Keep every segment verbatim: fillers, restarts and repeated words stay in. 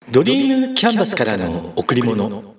ドリームキャンバスからの贈り物。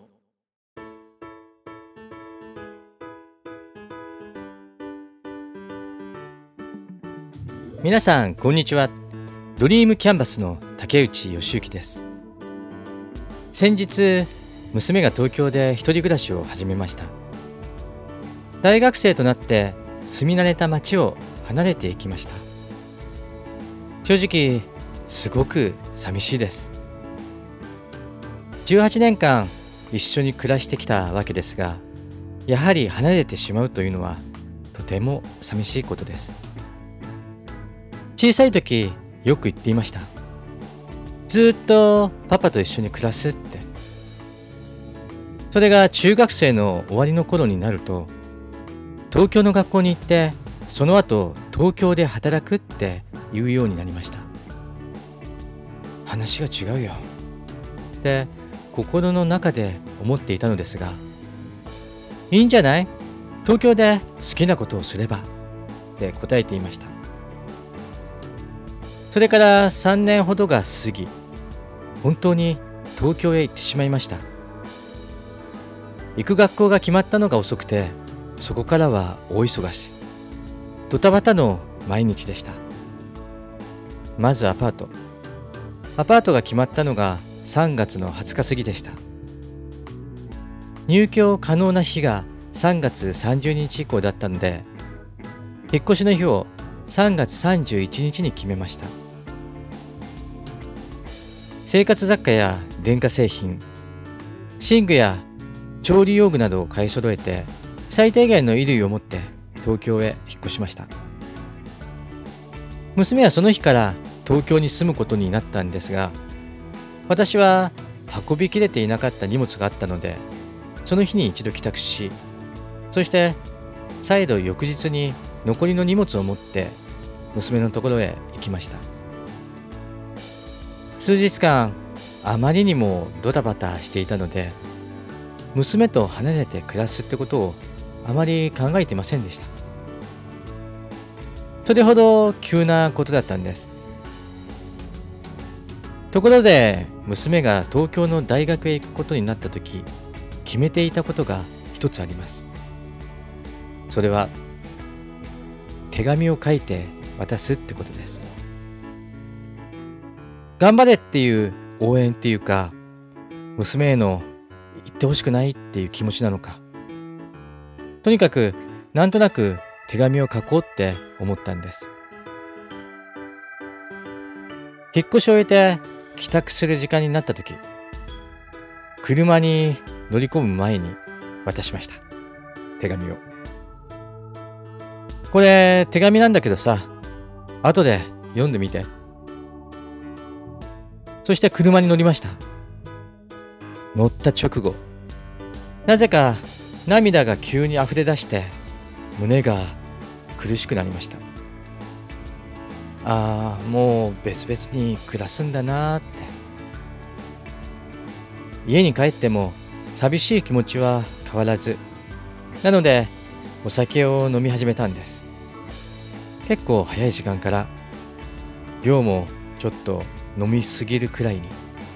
皆さんこんにちは。ドリームキャンバスの竹内義之です。先日娘が東京で一人暮らしを始めました。大学生となって住み慣れた街を離れていきました。正直すごく寂しいです。じゅうはちねんかん一緒に暮らしてきたわけですが、やはり離れてしまうというのはとても寂しいことです。小さい時よく言っていました。ずっとパパと一緒に暮らすって。それが中学生の終わりの頃になると、東京の学校に行ってその後東京で働くって言うようになりました。話が違うよって心の中で思っていたのですが、いいんじゃない？東京で好きなことをすればって答えていました。それからさんねんほどが過ぎ、本当に東京へ行ってしまいました。行く学校が決まったのが遅くて、そこからは大忙し、ドタバタの毎日でした。まずアパートアパートが決まったのがさんがつのはつか過ぎでした。入居可能な日がさんがつさんじゅうにち以降だったので、引っ越しの日をさんがつさんじゅういちにちに決めました。生活雑貨や電化製品、寝具や調理用具などを買い揃えて、最低限の衣類を持って東京へ引っ越しました。娘はその日から東京に住むことになったんですが、私は運びきれていなかった荷物があったので、その日に一度帰宅し、そして再度翌日に残りの荷物を持って娘のところへ行きました。数日間あまりにもドタバタしていたので、娘と離れて暮らすってことをあまり考えていませんでした。それほど急なことだったんです。ところで娘が東京の大学へ行くことになったとき、決めていたことが一つあります。それは手紙を書いて渡すってことです。頑張れっていう応援っていうか、娘への言ってほしくないっていう気持ちなのか、とにかくなんとなく手紙を書こうって思ったんです。引っ越しを終えて帰宅する時間になった時、車に乗り込む前に渡しました。手紙を。これ手紙なんだけどさ、後で読んでみて。そして車に乗りました。乗った直後、なぜか涙が急に溢れ出して胸が苦しくなりました。ああ、もう別々に暮らすんだなーって。家に帰っても寂しい気持ちは変わらず、なのでお酒を飲み始めたんです。結構早い時間から、量もちょっと飲みすぎるくらいに。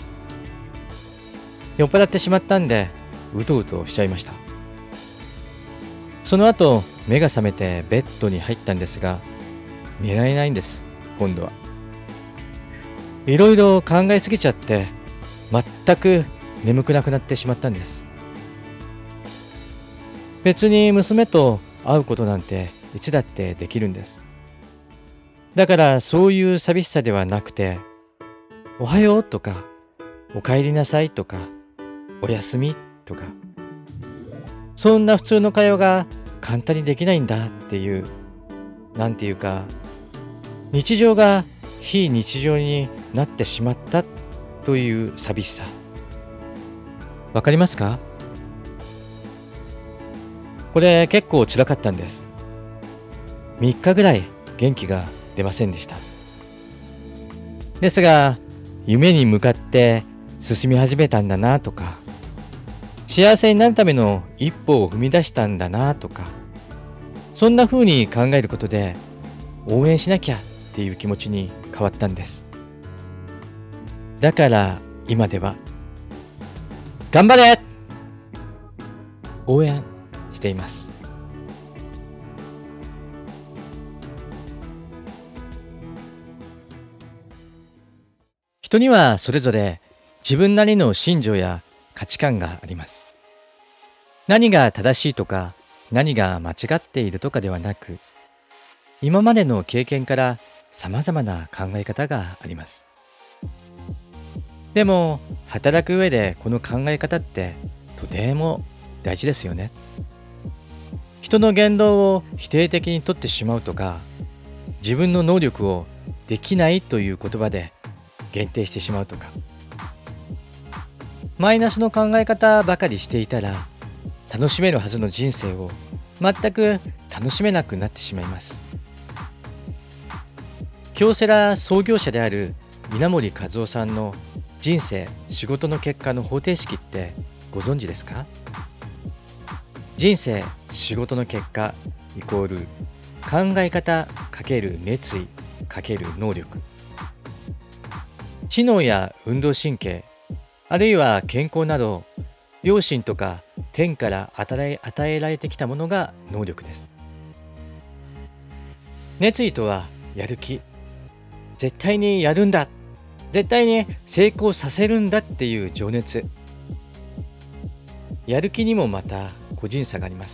酔っ払ってしまったんでうとうとしちゃいました。その後目が覚めてベッドに入ったんですが、寝られないんです。今度はいろいろ考えすぎちゃって全く眠くなくなってしまったんです。別に娘と会うことなんていつだってできるんです。だからそういう寂しさではなくて、おはようとかおかえりなさいとかおやすみとか、そんな普通の会話が簡単にできないんだっていう、なんていうか、日常が非日常になってしまったという寂しさ。わかりますか？これ結構辛かったんです。みっかぐらい元気が出ませんでした。ですが、夢に向かって進み始めたんだなとか、幸せになるための一歩を踏み出したんだなとか、そんな風に考えることで応援しなきゃっていう気持ちに変わったんです。だから今では頑張れ応援しています。人にはそれぞれ自分なりの信条や価値観があります。何が正しいとか何が間違っているとかではなく、今までの経験から様々な考え方があります。でも働く上でこの考え方ってとても大事ですよね。人の言動を否定的に取ってしまうとか、自分の能力をできないという言葉で限定してしまうとか、マイナスの考え方ばかりしていたら、楽しめるはずの人生を全く楽しめなくなってしまいます。京セラ創業者である稲森和夫さんの人生仕事の結果の方程式ってご存知ですか？人生仕事の結果イコール考え方×熱意×能力。知能や運動神経、あるいは健康など、両親とか天から与え与えられてきたものが能力です。熱意とはやる気、絶対にやるんだ、絶対に成功させるんだっていう情熱。やる気にもまた個人差があります。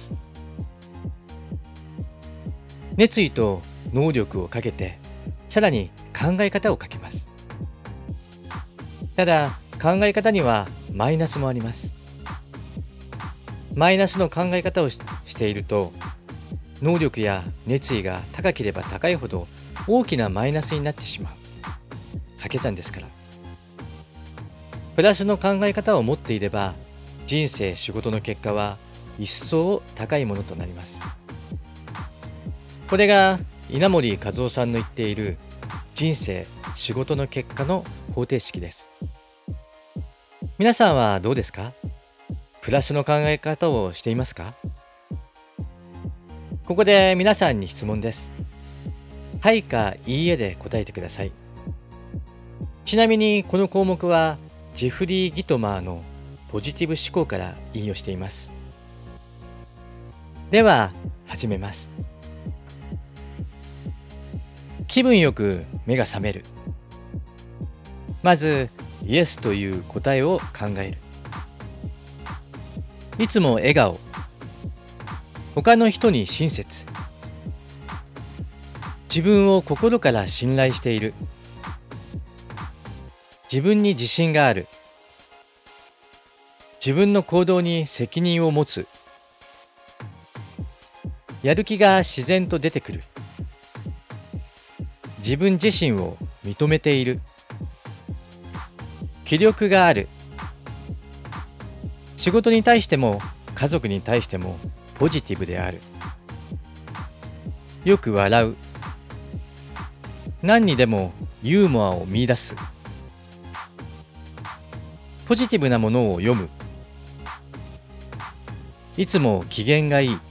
熱意と能力をかけて、さらに考え方をかけます。ただ考え方にはマイナスもあります。マイナスの考え方を し, していると、能力や熱意が高ければ高いほど大きなマイナスになってしまう。掛け算ですから。プラスの考え方を持っていれば、人生仕事の結果は一層高いものとなります。これが稲森和夫さんの言っている人生仕事の結果の方程式です。皆さんはどうですか？プラスの考え方をしていますか？ここで皆さんに質問です。はいかいいえで答えてください。ちなみにこの項目はジェフリー・ギトマーのポジティブ思考から引用しています。では始めます。気分よく目が覚める。まずイエスという答えを考える。いつも笑顔。他の人に親切。自分を心から信頼している。自分に自信がある。自分の行動に責任を持つ。やる気が自然と出てくる。自分自身を認めている。気力がある。仕事に対しても家族に対してもポジティブである。よく笑う。何にでもユーモアを見出す。ポジティブなものを読む。いつも機嫌がいい。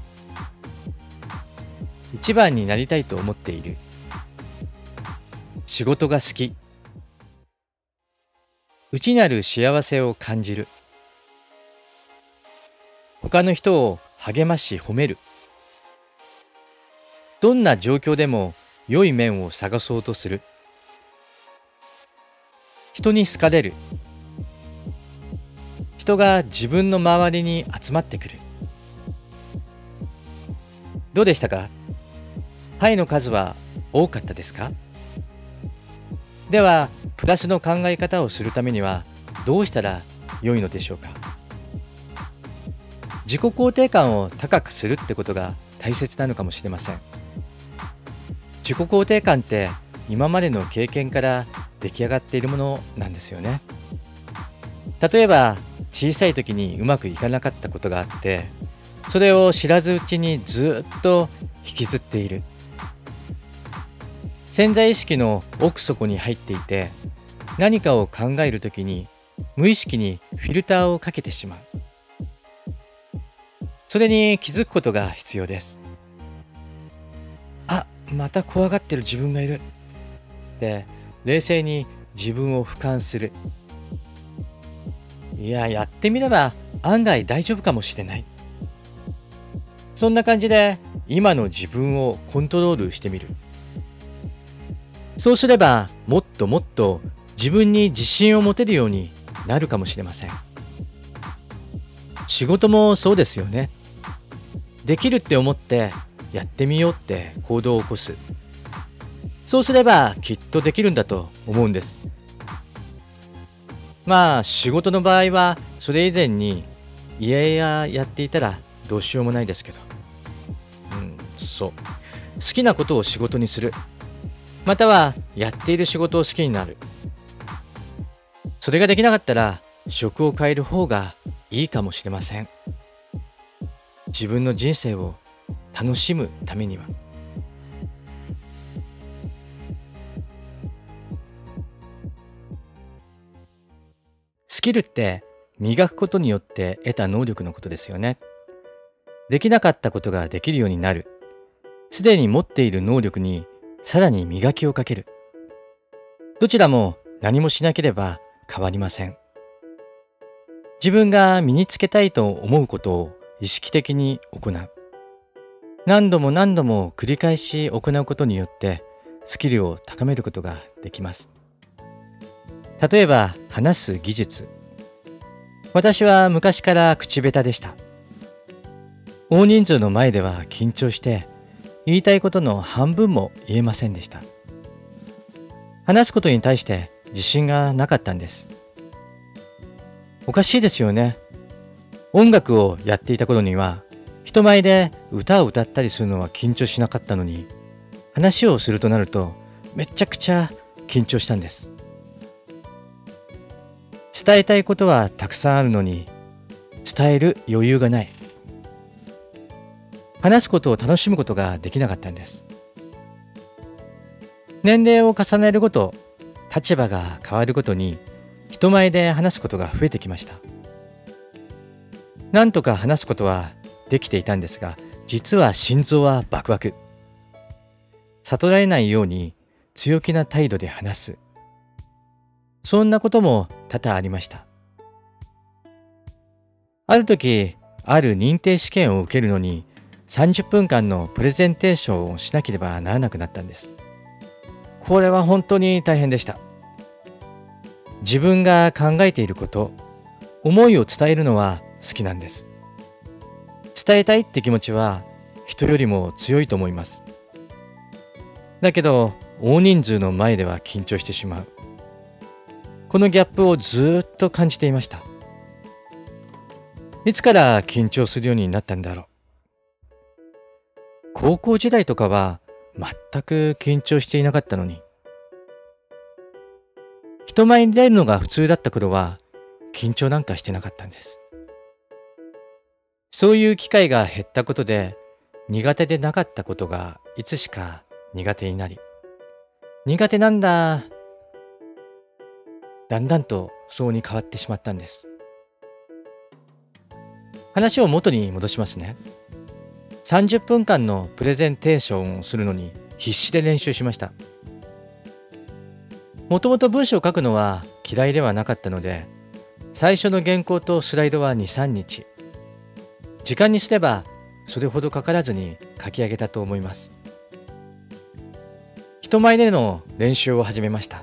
一番になりたいと思っている。仕事が好き。内なる幸せを感じる。他の人を励まし褒める。どんな状況でも良い面を探そうとする。人に好かれる。人が自分の周りに集まってくる。どうでしたか？はいの数は多かったですか？では、プラスの考え方をするためにはどうしたら良いのでしょうか？自己肯定感を高くするってことが大切なのかもしれません。自己肯定感って今までの経験から出来上がっているものなんですよね。例えば小さい時にうまくいかなかったことがあって、それを知らずうちにずっと引きずっている。潜在意識の奥底に入っていて、何かを考えるときに無意識にフィルターをかけてしまう。それに気づくことが必要です。あ、また怖がってる自分がいるって冷静に自分を俯瞰する。 いや、やってみれば案外大丈夫かもしれない。そんな感じで今の自分をコントロールしてみる。そうすればもっともっと自分に自信を持てるようになるかもしれません。仕事もそうですよね。できるって思ってやってみようって行動を起こす。そうすればきっとできるんだと思うんです。まあ仕事の場合はそれ以前にいやいややっていたらどうしようもないですけど、うん、そう、好きなことを仕事にする、またはやっている仕事を好きになる。それができなかったら職を変える方がいいかもしれません。自分の人生を楽しむためには。スキルって磨くことによって得た能力のことですよね。できなかったことができるようになる。すでに持っている能力にさらに磨きをかける。どちらも何もしなければ変わりません。自分が身につけたいと思うことを意識的に行う。何度も何度も繰り返し行うことによってスキルを高めることができます。例えば話す技術。私は昔から口下手でした。大人数の前では緊張して言いたいことの半分も言えませんでした。話すことに対して自信がなかったんです。おかしいですよね。音楽をやっていた頃には人前で歌を歌ったりするのは緊張しなかったのに、話をするとなるとめちゃくちゃ緊張したんです。伝えたいことはたくさんあるのに伝える余裕がない。話すことを楽しむことができなかったんです。年齢を重ねるごと、立場が変わるごとに人前で話すことが増えてきました。なんとか話すことはできていたんですが、実は心臓はバクバク。悟られないように強気な態度で話す。そんなことも多々ありました。ある時、ある認定試験を受けるのにさんじゅっぷんかんのプレゼンテーションをしなければならなくなったんです。これは本当に大変でした。自分が考えていること、思いを伝えるのは好きなんです。伝えたいって気持ちは人よりも強いと思います。だけど大人数の前では緊張してしまう。このギャップをずっと感じていました。いつから緊張するようになったんだろう。高校時代とかは全く緊張していなかったのに。人前に出るのが普通だった頃は緊張なんかしてなかったんです。そういう機会が減ったことで、苦手でなかったことがいつしか苦手になり、苦手なんだ、だんだんとそうに変わってしまったんです。話を元に戻しますね。さんじゅっぷんかんのプレゼンテーションをするのに必死で練習しました。もともと文章を書くのは嫌いではなかったので、最初の原稿とスライドはに、さんにち。時間にすればそれほどかからずに書き上げたと思います。人前での練習を始めました。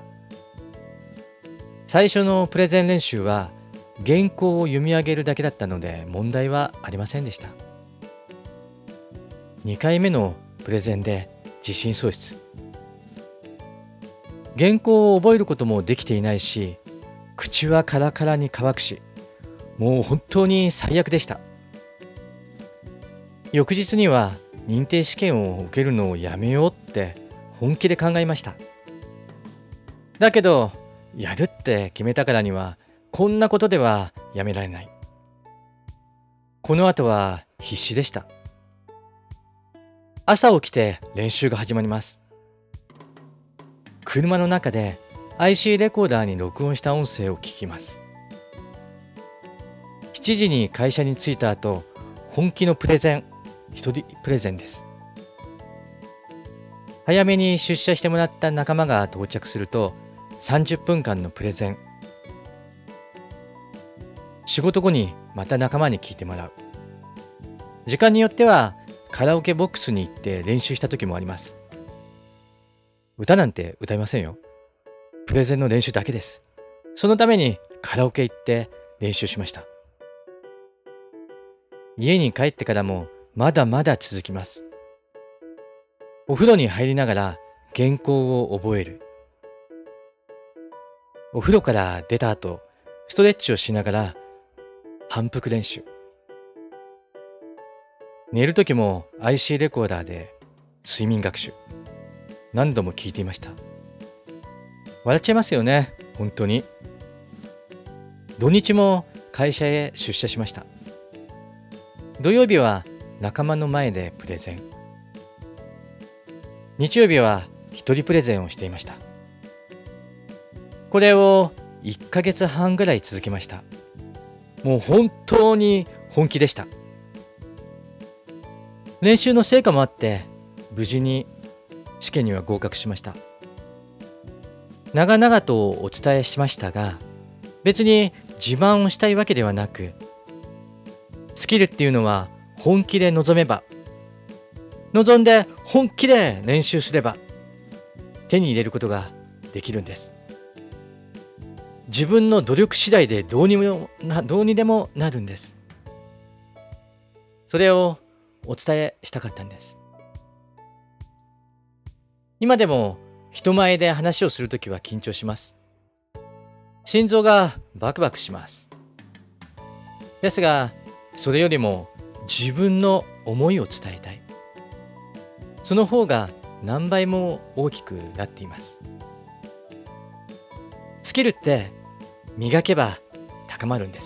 最初のプレゼン練習は原稿を読み上げるだけだったので問題はありませんでした。にかいめのプレゼンで自信喪失。原稿を覚えることもできていないし、口はカラカラに乾くし、もう本当に最悪でした。翌日には認定試験を受けるのをやめようって本気で考えました。だけどやるって決めたからにはこんなことではやめられない。この後は必死でした。朝起きて練習が始まります。車の中で アイシー レコーダーに録音した音声を聞きます。しちじに会社に着いた後、本気のプレゼン、一人プレゼンです。早めに出社してもらった仲間が到着すると、さんじゅっぷんかんのプレゼン。 仕事後にまた仲間に聞いてもらう。時間によってはカラオケボックスに行って練習した時もあります。歌なんて歌いませんよ。プレゼンの練習だけです。そのためにカラオケ行って練習しました。家に帰ってからもまだまだ続きます。お風呂に入りながら原稿を覚える。お風呂から出た後、ストレッチをしながら反復練習。寝るときも アイシー レコーダーで睡眠学習。何度も聞いていました。笑っちゃいますよね、本当に。土日も会社へ出社しました。土曜日は仲間の前でプレゼン。日曜日は一人プレゼンをしていました。これをいっかげつはんぐらい続けました。もう本当に本気でした。練習の成果もあって無事に試験には合格しました。長々とお伝えしましたが、別に自慢をしたいわけではなく、スキルっていうのは本気で臨めば、望んで本気で練習すれば手に入れることができるんです。自分の努力次第でどうにもなどうにでもなるんです。それをお伝えしたかったんです。今でも人前で話をするときは緊張します。心臓がバクバクします。ですが、それよりも自分の思いを伝えたい。その方が何倍も大きくなっています。スキルって磨けば高まるんです。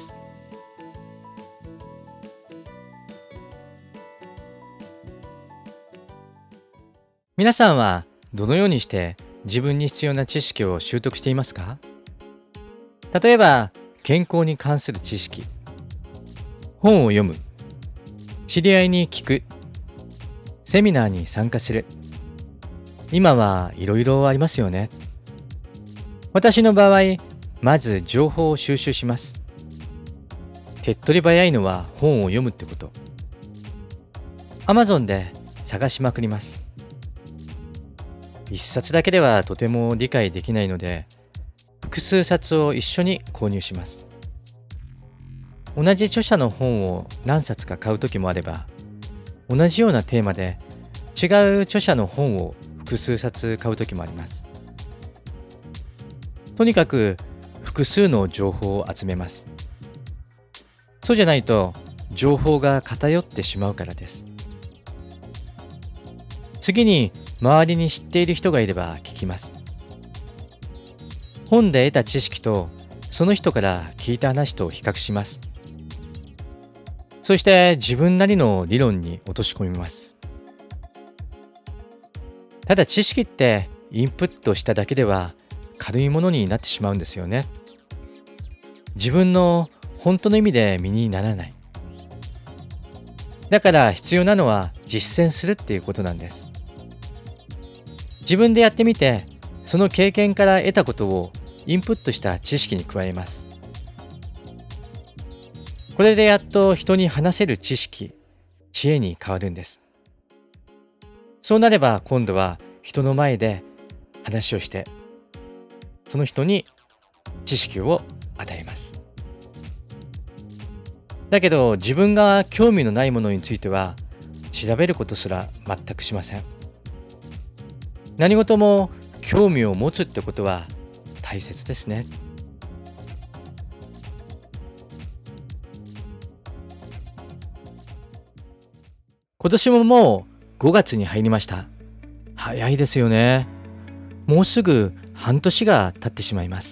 皆さんはどのようにして自分に必要な知識を習得していますか？例えば健康に関する知識、本を読む、知り合いに聞く、セミナーに参加する。今はいろいろありますよね。私の場合、まず情報を収集します。手っ取り早いのは本を読むってこと。Amazon で探しまくります。一冊だけではとても理解できないので、複数冊を一緒に購入します。同じ著者の本を何冊か買うときもあれば、同じようなテーマで違う著者の本を複数冊買うときもあります。とにかく複数の情報を集めます。そうじゃないと情報が偏ってしまうからです。次に周りに知っている人がいれば聞きます。本で得た知識とその人から聞いた話と比較します。そして自分なりの理論に落とし込みます。ただ知識ってインプットしただけでは軽いものになってしまうんですよね。自分の本当の意味で身にならない。だから必要なのは実践するっていうことなんです。自分でやってみて、その経験から得たことをインプットした知識に加えます。これでやっと人に話せる知識、知恵に変わるんです。そうなれば今度は人の前で話をして、その人に知識を与えます。だけど自分が興味のないものについては調べることすら全くしません。何事も興味を持つってことは大切ですね。今年ももうごがつに入りました。早いですよね。もうすぐ半年が経ってしまいます。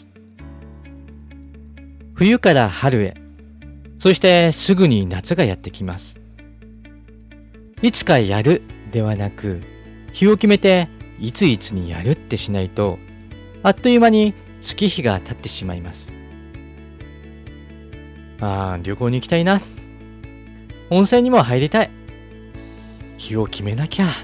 冬から春へ、そしてすぐに夏がやってきます。いつかやるではなく、日を決めていついつにやるってしないと、あっという間に月日が経ってしまいます。ああ、旅行に行きたいな。温泉にも入りたい。日を決めなきゃ。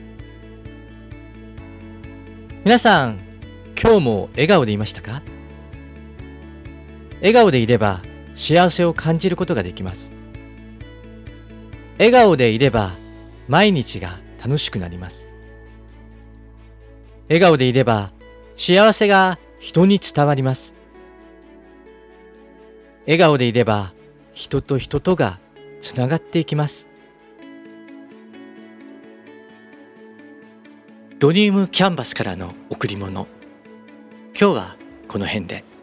皆さん、今日も笑顔でいましたか？笑顔でいれば、 幸せを感じることができます。笑顔でいれば毎日が楽しくなります。笑顔でいれば幸せが人に伝わります。笑顔でいれば人と人とがつながっていきます。 ドリームキャンバスからの贈り物。今日はこの辺で。